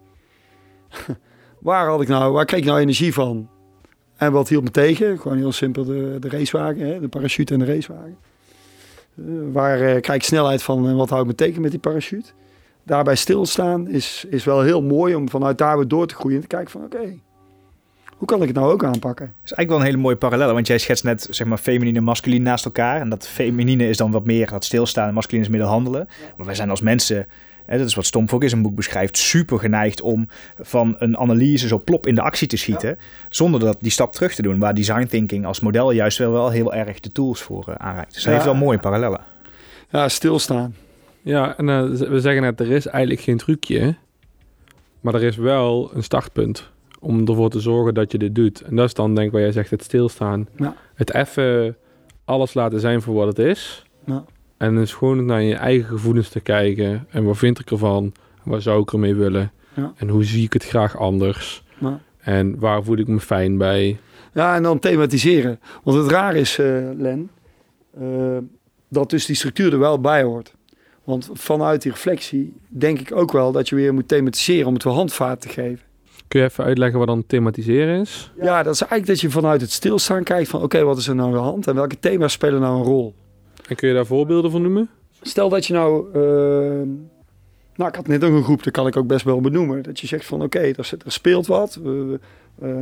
waar had ik nou, waar kreeg ik nou energie van? En wat hield me tegen? Gewoon heel simpel de, de racewagen, hè? De parachute en de racewagen. Uh, waar uh, krijg ik snelheid van en wat houdt me tegen met die parachute? Daarbij stilstaan is, is wel heel mooi om vanuit daar weer door te groeien. En te kijken van oké, okay, hoe kan ik het nou ook aanpakken? Dat is eigenlijk wel een hele mooie parallel. Want jij schetst net zeg maar feminine en masculine naast elkaar. En dat feminine is dan wat meer dat stilstaan en masculine is meer handelen. Maar wij zijn als mensen... Hè, dat is wat Stomp ook in zijn boek beschrijft, super geneigd om van een analyse zo plop in de actie te schieten, ja. Zonder dat die stap terug te doen, waar design thinking als model juist wel, wel heel erg de tools voor uh, aanreikt. Dus hij ja. heeft wel mooie parallellen. Ja, stilstaan. Ja, en uh, we zeggen net, er is eigenlijk geen trucje, maar er is wel een startpunt om ervoor te zorgen dat je dit doet. En dat is dan denk ik waar jij zegt, het stilstaan. Ja. Het even alles laten zijn voor wat het is. Ja. En dus gewoon naar je eigen gevoelens te kijken. En wat vind ik ervan? Waar zou ik ermee willen? Ja. En hoe zie ik het graag anders? Ja. En waar voel ik me fijn bij? Ja, en dan thematiseren. Want het raar is, uh, Len, uh, dat dus die structuur er wel bij hoort. Want vanuit die reflectie denk ik ook wel dat je weer moet thematiseren om het weer handvaart te geven. Kun je even uitleggen wat dan thematiseren is? Ja, dat is eigenlijk dat je vanuit het stilstaan kijkt van oké, okay, wat is er nou aan de hand? En welke thema's spelen nou een rol? En kun je daar voorbeelden van noemen? Stel dat je nou... Uh, Nou, ik had net ook een groep, dat kan ik ook best wel benoemen. Dat je zegt van, oké, okay, er, er speelt wat. Uh, uh,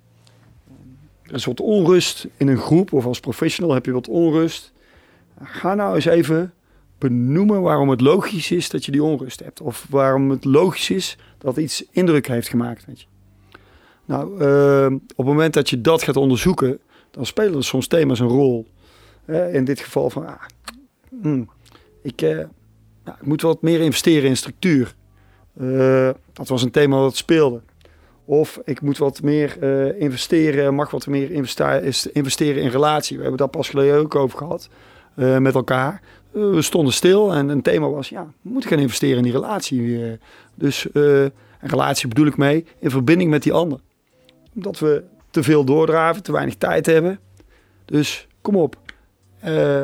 er is wat onrust in een groep. Of als professional heb je wat onrust. Ga nou eens even benoemen waarom het logisch is dat je die onrust hebt. Of waarom het logisch is dat iets indruk heeft gemaakt. Weet je. Nou, uh, op het moment dat je dat gaat onderzoeken, dan spelen er soms thema's een rol. Uh, in dit geval van, ah, hmm, ik, uh, nou, ik moet wat meer investeren in structuur. Uh, dat was een thema dat speelde. Of ik moet wat meer uh, investeren, mag wat meer investeren, investeren in relatie. We hebben dat pas geleden ook over gehad uh, met elkaar. Uh, we stonden stil en een thema was, ja, we moeten gaan investeren in die relatie. Uh, dus uh, een relatie bedoel ik mee in verbinding met die ander. Omdat we te veel doordraven, te weinig tijd hebben. Dus kom op. Uh, uh,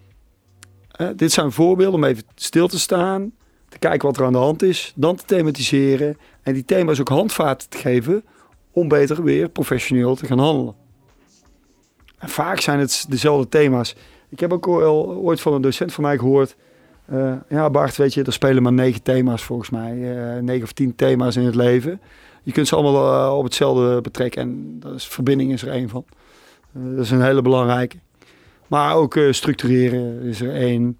dit zijn voorbeelden om even stil te staan, te kijken wat er aan de hand is, dan te thematiseren en die thema's ook handvaten te geven om beter weer professioneel te gaan handelen. En vaak zijn het dezelfde thema's. Ik heb ook al ooit van een docent van mij gehoord, uh, ja Bart, weet je, er spelen maar negen thema's volgens mij, uh, negen of tien thema's in het leven. Je kunt ze allemaal uh, op hetzelfde betrekken en dat is, verbinding is er één van. Uh, dat is een hele belangrijke. Maar ook uh, structureren is er één.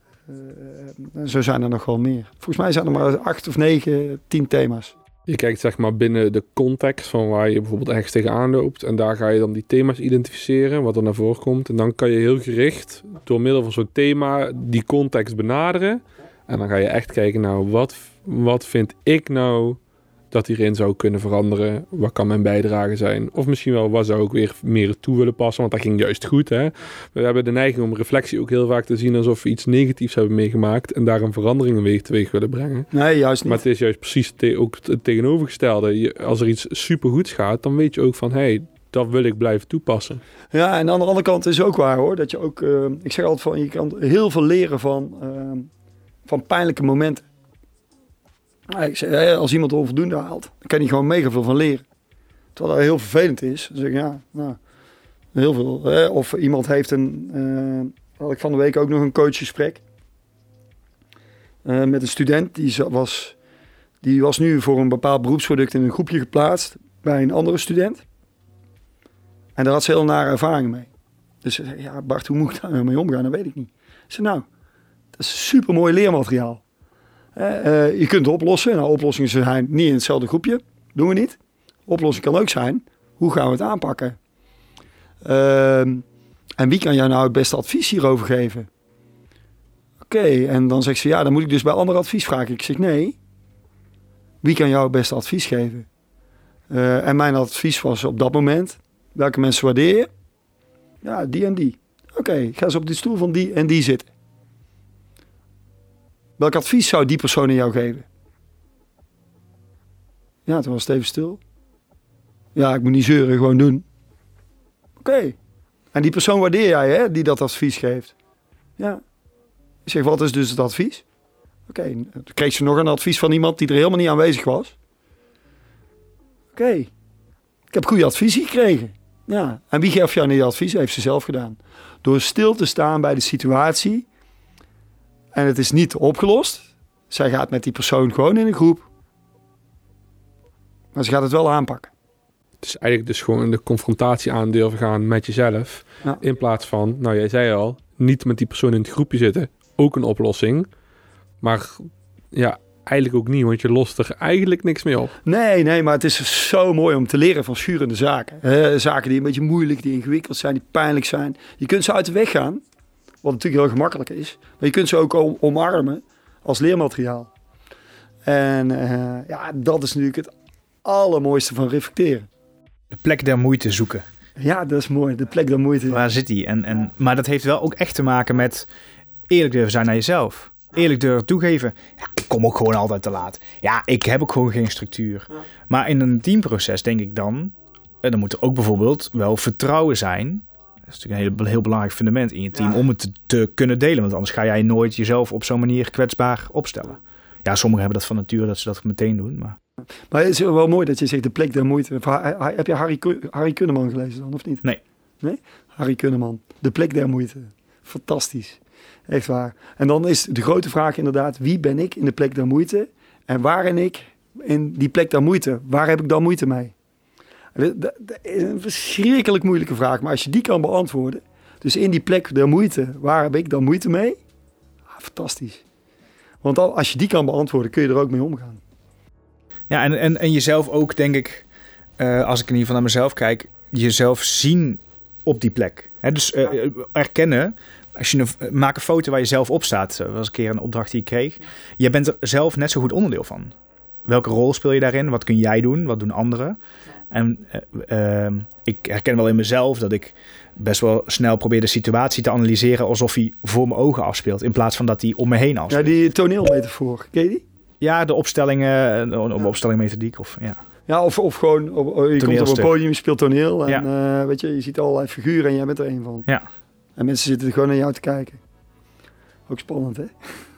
Uh, zo zijn er nog wel meer. Volgens mij zijn er maar acht of negen, tien thema's. Je kijkt zeg maar binnen de context van waar je bijvoorbeeld ergens tegenaan loopt. En daar ga je dan die thema's identificeren, wat er naar voren komt. En dan kan je heel gericht door middel van zo'n thema die context benaderen. En dan ga je echt kijken, nou, wat, wat vind ik nou dat hierin zou kunnen veranderen? Wat kan mijn bijdrage zijn? Of misschien wel, wat zou ik weer meer toe willen passen? Want dat ging juist goed, hè? We hebben de neiging om reflectie ook heel vaak te zien alsof we iets negatiefs hebben meegemaakt en daar een verandering in teweeg willen brengen. Nee, juist niet. Maar het is juist precies te- ook het tegenovergestelde. Je, als er iets supergoeds gaat, dan weet je ook van, hé, hey, dat wil ik blijven toepassen. Ja, en aan de andere kant is ook waar, hoor. Dat je ook, uh, ik zeg altijd van, je kan heel veel leren van, uh, van pijnlijke momenten. Ik zeg, als iemand onvoldoende haalt, dan kan hij gewoon mega veel van leren. Terwijl dat heel vervelend is. Dan zeg ik, ja, nou, heel veel. Hè? Of iemand heeft een... Uh, had ik van de week ook nog een coachgesprek. Uh, met een student. Die was, die was nu voor een bepaald beroepsproduct in een groepje geplaatst. Bij een andere student. En daar had ze heel nare ervaringen mee. Dus ze zei, ja Bart, hoe moet ik daar nou mee omgaan? Dat weet ik niet. Ik zei, nou, dat is super mooi leermateriaal. Uh, je kunt het oplossen. Nou, oplossingen zijn niet in hetzelfde groepje. Doen we niet. Oplossing kan ook zijn, hoe gaan we het aanpakken? Uh, en wie kan jou nou het beste advies hierover geven? Oké, okay, en dan zegt ze, ja, dan moet ik dus bij ander advies vragen. Ik zeg, nee. Wie kan jou het beste advies geven? Uh, en mijn advies was op dat moment, welke mensen waardeer je? Ja, die en die. Oké, okay, ga eens op die stoel van die en die zitten. Welk advies zou die persoon aan jou geven? Ja, toen was het even stil. Ja, ik moet niet zeuren, gewoon doen. Oké. Okay. En die persoon waardeer jij, hè, die dat advies geeft? Ja. Ik zeg, wat is dus het advies? Oké, okay. Toen kreeg ze nog een advies van iemand die er helemaal niet aanwezig was. Oké. Okay. Ik heb goede adviezen gekregen. Ja. En wie geeft jou die advies? Heeft ze zelf gedaan. Door stil te staan bij de situatie. En het is niet opgelost. Zij gaat met die persoon gewoon in een groep. Maar ze gaat het wel aanpakken. Het is eigenlijk dus gewoon de confrontatie aan durven gaan met jezelf. Ja. In plaats van, nou jij zei al, niet met die persoon in het groepje zitten. Ook een oplossing. Maar ja, eigenlijk ook niet, want je lost er eigenlijk niks mee op. Nee, nee, maar het is zo mooi om te leren van schurende zaken. Uh, zaken die een beetje moeilijk, die ingewikkeld zijn, die pijnlijk zijn. Je kunt ze uit de weg gaan. Wat natuurlijk heel gemakkelijk is. Maar je kunt ze ook omarmen als leermateriaal. En uh, ja, dat is natuurlijk het allermooiste van reflecteren. De plek der moeite zoeken. Ja, dat is mooi. De plek der moeite. Waar zit die? En, en, maar dat heeft wel ook echt te maken met eerlijk durven zijn naar jezelf. Eerlijk durven toegeven. Ja, ik kom ook gewoon altijd te laat. Ja, ik heb ook gewoon geen structuur. Ja. Maar in een teamproces denk ik dan... En dan moet er ook bijvoorbeeld wel vertrouwen zijn... Dat is natuurlijk een heel, heel belangrijk fundament in je team... Ja. om het te, te kunnen delen. Want anders ga jij nooit jezelf op zo'n manier kwetsbaar opstellen. Ja, sommigen hebben dat van nature dat ze dat meteen doen. Maar, maar het is wel mooi dat je zegt de plek der moeite. Heb je Harry, Harry Kunneman gelezen dan, of niet? Nee. Nee? Harry Kunneman. De plek der moeite. Fantastisch. Echt waar. En dan is de grote vraag inderdaad, wie ben ik in de plek der moeite? En waarin ik in die plek der moeite, waar heb ik dan moeite mee? Dat, dat, dat is een verschrikkelijk moeilijke vraag, maar als je die kan beantwoorden, dus in die plek der moeite, waar heb ik dan moeite mee? Ah, fantastisch. Want al, als je die kan beantwoorden, kun je er ook mee omgaan. Ja, en, en, en jezelf ook, denk ik, uh, als ik in ieder geval naar mezelf kijk, jezelf zien op die plek. Hè, dus uh, erkennen, als je een, maak een foto waar je zelf op staat. Dat was een keer een opdracht die ik kreeg. Je bent er zelf net zo goed onderdeel van. Welke rol speel je daarin? Wat kun jij doen? Wat doen anderen? En uh, uh, ik herken wel in mezelf dat ik best wel snel probeer de situatie te analyseren alsof hij voor mijn ogen afspeelt, in plaats van dat hij om me heen afspeelt. Ja, die toneelmetafoor, ken je die? Ja, de opstellingen, de ja. opstellingmethodiek of ja. Ja, of, of gewoon, op, je komt op een podium, je speelt toneel en ja. uh, weet je, je ziet allerlei figuren en jij bent er een van. Ja. En mensen zitten er gewoon naar jou te kijken. Ook spannend, hè?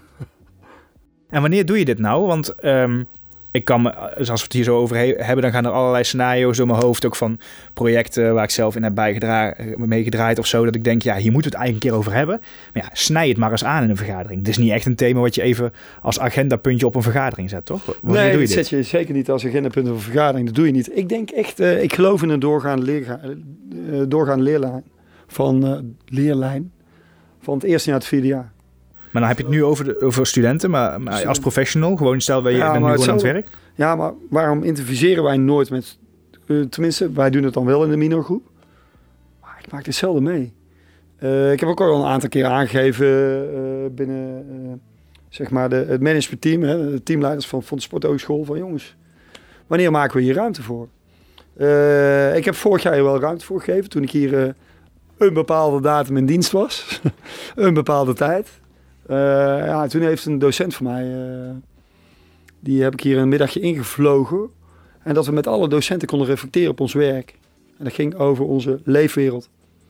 En wanneer doe je dit nou? Want um, ik kan me, als we het hier zo over he- hebben, dan gaan er allerlei scenario's door mijn hoofd, ook van projecten waar ik zelf in heb bijgedraaid, meegedraaid of zo, dat ik denk, ja, hier moeten we het eigenlijk een keer over hebben. Maar ja, snij het maar eens aan in een vergadering. Het is niet echt een thema wat je even als agendapuntje op een vergadering zet, toch? Wanneer nee, doe je dat dit? zet je zeker niet als agendapunt op een vergadering. Dat doe je niet. Ik denk echt, uh, ik geloof in een doorgaande, leerga- uh, doorgaande leerlijn, van, uh, leerlijn van het eerste jaar het vierde jaar. Maar dan heb je het nu over, de, over studenten, maar, maar als professional, gewoon stel dat je ja, bent nu gewoon aan het werk. Ja, maar waarom interviseren wij nooit met... Uh, tenminste, wij doen het dan wel in de minorgroep. Maar ik maak dit zelden mee. Uh, ik heb ook al een aantal keer aangegeven uh, binnen uh, zeg maar de, het managementteam, hè, de teamleiders van, van de Sporthogeschool, van jongens, wanneer maken we hier ruimte voor? Uh, ik heb vorig jaar hier wel ruimte voor gegeven, toen ik hier uh, een bepaalde datum in dienst was. Een bepaalde tijd. Uh, ja, toen heeft een docent van mij... Uh, Die heb ik hier een middagje ingevlogen. En dat we met alle docenten konden reflecteren op ons werk. En dat ging over onze leefwereld.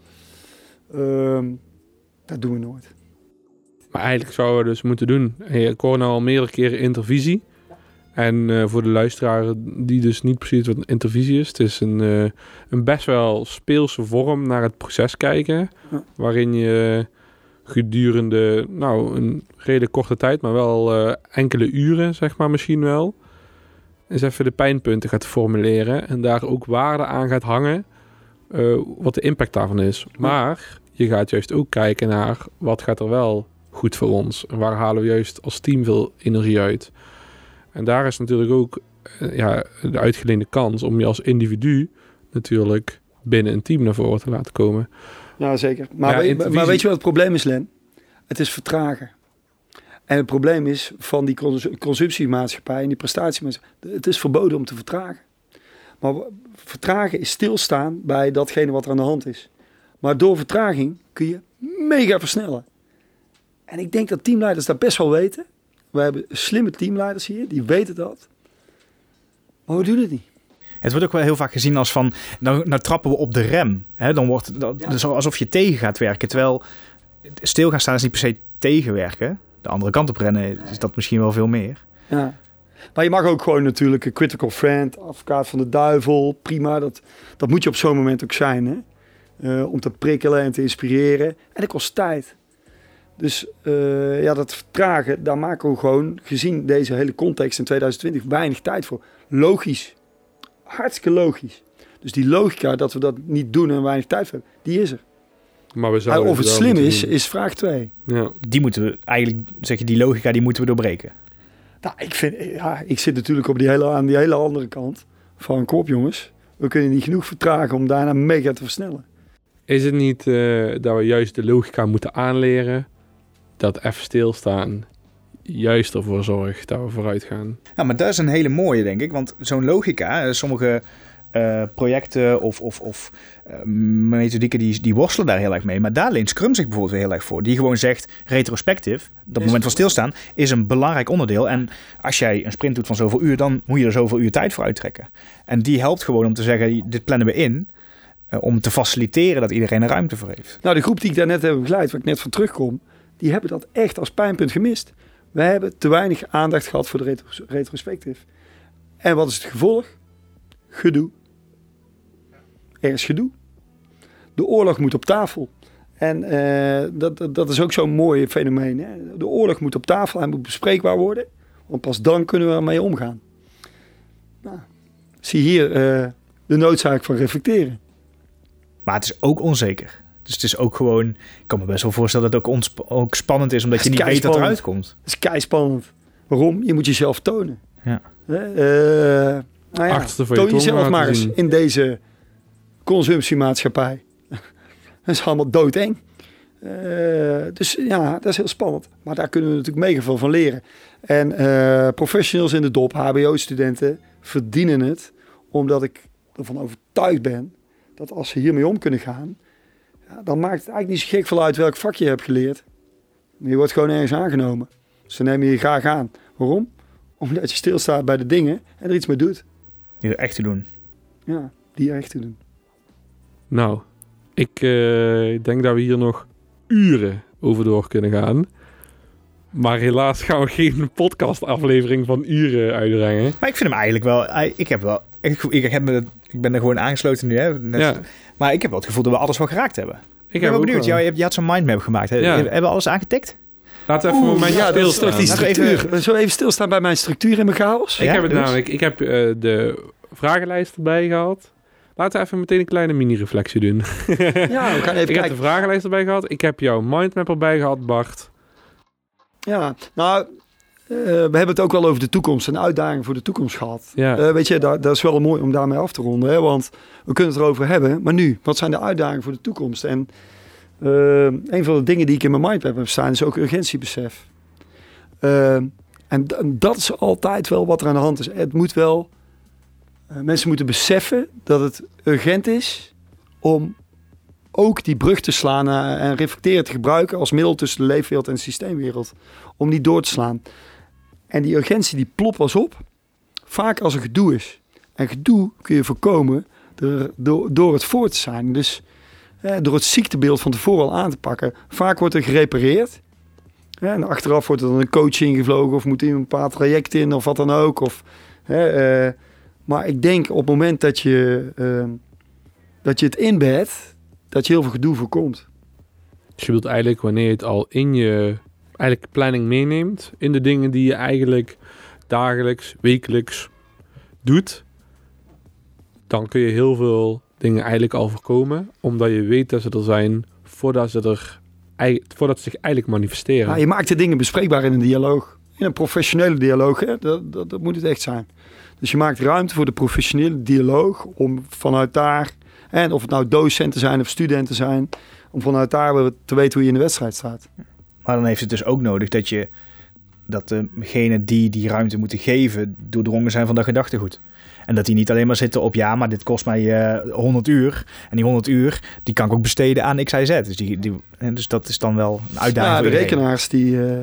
Um, dat doen we nooit. Maar eigenlijk zouden we dus moeten doen. Ik hoor nou al meerdere keren intervisie. En uh, voor de luisteraar die dus niet precies wat een intervisie is. Het is een, uh, een best wel speelse vorm naar het proces kijken. Ja. Waarin je gedurende nou, een redelijk korte tijd, maar wel uh, enkele uren, zeg maar misschien wel, eens even de pijnpunten gaat formuleren en daar ook waarde aan gaat hangen, uh, wat de impact daarvan is. Maar je gaat juist ook kijken naar wat gaat er wel goed voor ons en waar halen we juist als team veel energie uit. En daar is natuurlijk ook uh, ja, de uitgeleende kans om je als individu natuurlijk binnen een team naar voren te laten komen. Ja, zeker. Maar, ja, we, maar weet je wat het probleem is, Len? Het is vertragen. En het probleem is van die cons- consumptiemaatschappij en die prestatiemaatschappij. Het is verboden om te vertragen. Maar vertragen is stilstaan bij datgene wat er aan de hand is. Maar door vertraging kun je mega versnellen. En ik denk dat teamleiders dat best wel weten. We hebben slimme teamleiders hier, die weten dat. Maar we doen het niet. Het wordt ook wel heel vaak gezien als van, nou, nou trappen we op de rem. Hè? Dan wordt het ja. dus alsof je tegen gaat werken. Terwijl stil gaan staan is niet per se tegenwerken. De andere kant op rennen is dat misschien wel veel meer. Ja. Maar je mag ook gewoon natuurlijk een critical friend, advocaat van de duivel, prima. Dat, dat moet je op zo'n moment ook zijn, hè? Uh, om te prikkelen en te inspireren. En dat kost tijd. Dus uh, ja, dat vertragen, daar maken we gewoon, gezien deze hele context in twintig twintig, weinig tijd voor. Logisch. Hartstikke logisch. Dus die logica dat we dat niet doen en weinig tijd hebben, die is er. Maar we zouden of het slim is, doen. is vraag twee. Ja. Die moeten we eigenlijk, zeg je, die logica, die moeten we doorbreken. Nou, ik vind, ja, ik zit natuurlijk op die hele, aan die hele andere kant van, kom op jongens, we kunnen niet genoeg vertragen om daarna mega te versnellen. Is het niet uh, dat we juist de logica moeten aanleren, dat even stilstaan juist ervoor zorgt dat we vooruit gaan? Ja, maar dat is een hele mooie, denk ik. Want zo'n logica, sommige uh, projecten of, of, of uh, methodieken, die, die worstelen daar heel erg mee. Maar daar leent Scrum zich bijvoorbeeld heel erg voor. Die gewoon zegt, retrospectief, dat moment van stilstaan, is een belangrijk onderdeel. En als jij een sprint doet van zoveel uur, dan moet je er zoveel uur tijd voor uittrekken. En die helpt gewoon om te zeggen, dit plannen we in, uh, om te faciliteren dat iedereen er ruimte voor heeft. Nou, de groep die ik daar net heb begeleid, waar ik net van terugkom, die hebben dat echt als pijnpunt gemist. Wij hebben te weinig aandacht gehad voor de retros- retrospectief. En wat is het gevolg? Gedoe. Er is gedoe. De oorlog moet op tafel. En uh, dat, dat, dat is ook zo'n mooi fenomeen. Hè? De oorlog moet op tafel, hij moet bespreekbaar worden. Want pas dan kunnen we ermee omgaan. Nou, zie hier uh, de noodzaak van reflecteren. Maar het is ook onzeker. Dus het is ook gewoon... Ik kan me best wel voorstellen dat het ook, ons, ook spannend is... omdat je niet weet wat eruit komt. Het is keispannend. Waarom? Je moet jezelf tonen. Ja. Uh, nou ja, toon jezelf maar eens in deze consumptiemaatschappij. Dat is allemaal doodeng. Uh, dus ja, dat is heel spannend. Maar daar kunnen we natuurlijk mega veel van leren. En uh, professionals in de dop, H B O-studenten, verdienen het. Omdat ik ervan overtuigd ben dat als ze hiermee om kunnen gaan... Ja, dan maakt het eigenlijk niet zo gek veel uit welk vak je hebt geleerd. Je wordt gewoon ergens aangenomen. Dus dan neem je je graag aan. Waarom? Omdat je stilstaat bij de dingen en er iets mee doet. Die er echt te doen. Ja, die er echt te doen. Nou, ik uh, denk dat we hier nog uren over door kunnen gaan. Maar helaas gaan we geen podcastaflevering van uren uitbrengen. Maar ik vind hem eigenlijk wel... Ik heb wel... Ik, ik, heb me, ik ben er gewoon aangesloten nu, hè. Net, ja. Maar ik heb wel het gevoel dat we alles wel geraakt hebben. Ik, ik ben wel benieuwd. Wel. Je, je had zo'n mindmap gemaakt. Hè? Ja. Hebben we alles aangetikt? Laten we even een momentje ja, stilstaan. Die structuur. Even... Zo even stilstaan bij mijn structuur en mijn chaos. Ik ja, heb het dus. namelijk... Ik heb uh, de vragenlijst erbij gehad. Laten we even meteen een kleine mini-reflectie doen. Ja, we gaan even ik kijken. heb de vragenlijst erbij gehad. Ik heb jouw mindmap erbij gehad, Bart. Ja, nou... Uh, we hebben het ook wel over de toekomst en uitdagingen voor de toekomst gehad. Ja. Uh, weet je, dat, dat is wel mooi om daarmee af te ronden. Hè? Want we kunnen het erover hebben. Maar nu, wat zijn de uitdagingen voor de toekomst? En uh, een van de dingen die ik in mijn mindmap heb staan is ook urgentiebesef. Uh, en d- dat is altijd wel wat er aan de hand is. Het moet wel... Uh, mensen moeten beseffen dat het urgent is om ook die brug te slaan uh, en reflecteren te gebruiken als middel tussen de leefwereld en de systeemwereld. Om die door te slaan. En die urgentie die plopt pas op, vaak als er gedoe is. En gedoe kun je voorkomen door, door, door het voor te zijn. Dus eh, door het ziektebeeld van tevoren al aan te pakken. Vaak wordt er gerepareerd. Eh, en achteraf wordt er dan een coach ingevlogen of moet iemand een bepaald traject in of wat dan ook. Of, eh, eh, maar ik denk op het moment dat je, eh, dat je het inbedt, dat je heel veel gedoe voorkomt. Dus je bedoelt eigenlijk wanneer je het al in je... eigenlijk planning meeneemt in de dingen die je eigenlijk dagelijks, wekelijks doet, dan kun je heel veel dingen eigenlijk al voorkomen, omdat je weet dat ze er zijn voordat ze, er, voordat ze zich eigenlijk manifesteren. Ja, je maakt de dingen bespreekbaar in een dialoog. In een professionele dialoog, hè? Dat, dat, dat moet het echt zijn. Dus je maakt ruimte voor de professionele dialoog om vanuit daar, en of het nou docenten zijn of studenten zijn, om vanuit daar te weten hoe je in de wedstrijd staat. Maar dan heeft het dus ook nodig dat je dat degene die die ruimte moeten geven doordrongen zijn van dat gedachtegoed. En dat die niet alleen maar zitten op ja, maar dit kost mij uh, honderd uur. En die honderd uur, die kan ik ook besteden aan X, Y, Z. Dus, die, die, dus dat is dan wel een uitdaging. Ja, voor de rekenaars die, uh,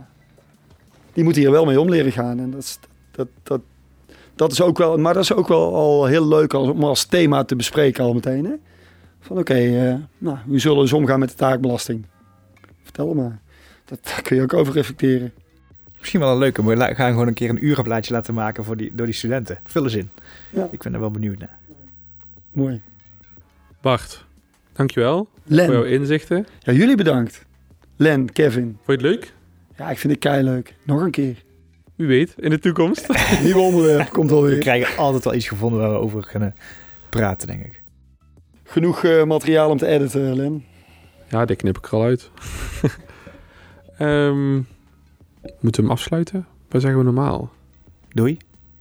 die moeten hier wel mee om leren gaan. En dat is, dat, dat, dat is ook wel, maar dat is ook wel al heel leuk om als thema te bespreken al meteen. Hè? Van oké, okay, uh, nou, we zullen eens omgaan met de taakbelasting. Vertel maar. Dat, daar kun je ook over reflecteren. Misschien wel een leuke. We gaan gewoon een keer een urenblaadje laten maken voor die, door die studenten. Vul eens in. Ja. Ik ben er wel benieuwd naar. Mooi. Bart, dankjewel Len. voor jouw inzichten. Ja, jullie bedankt. Len, Kevin. Vond je het leuk? Ja, ik vind het keileuk. Nog een keer. Wie weet, in de toekomst. Nieuw onderwerp komt alweer. We krijgen altijd wel iets gevonden waar we over kunnen praten, denk ik. Genoeg uh, materiaal om te editen, Len. Ja, dit knip ik er al uit. um, moeten we hem afsluiten? Wat zeggen we normaal? Doei.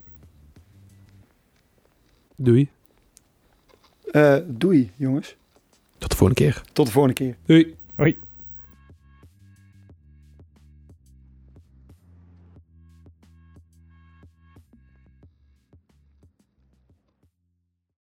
Doei. Uh, doei, jongens. Tot de volgende keer. Tot de volgende keer. Doei. Hoi.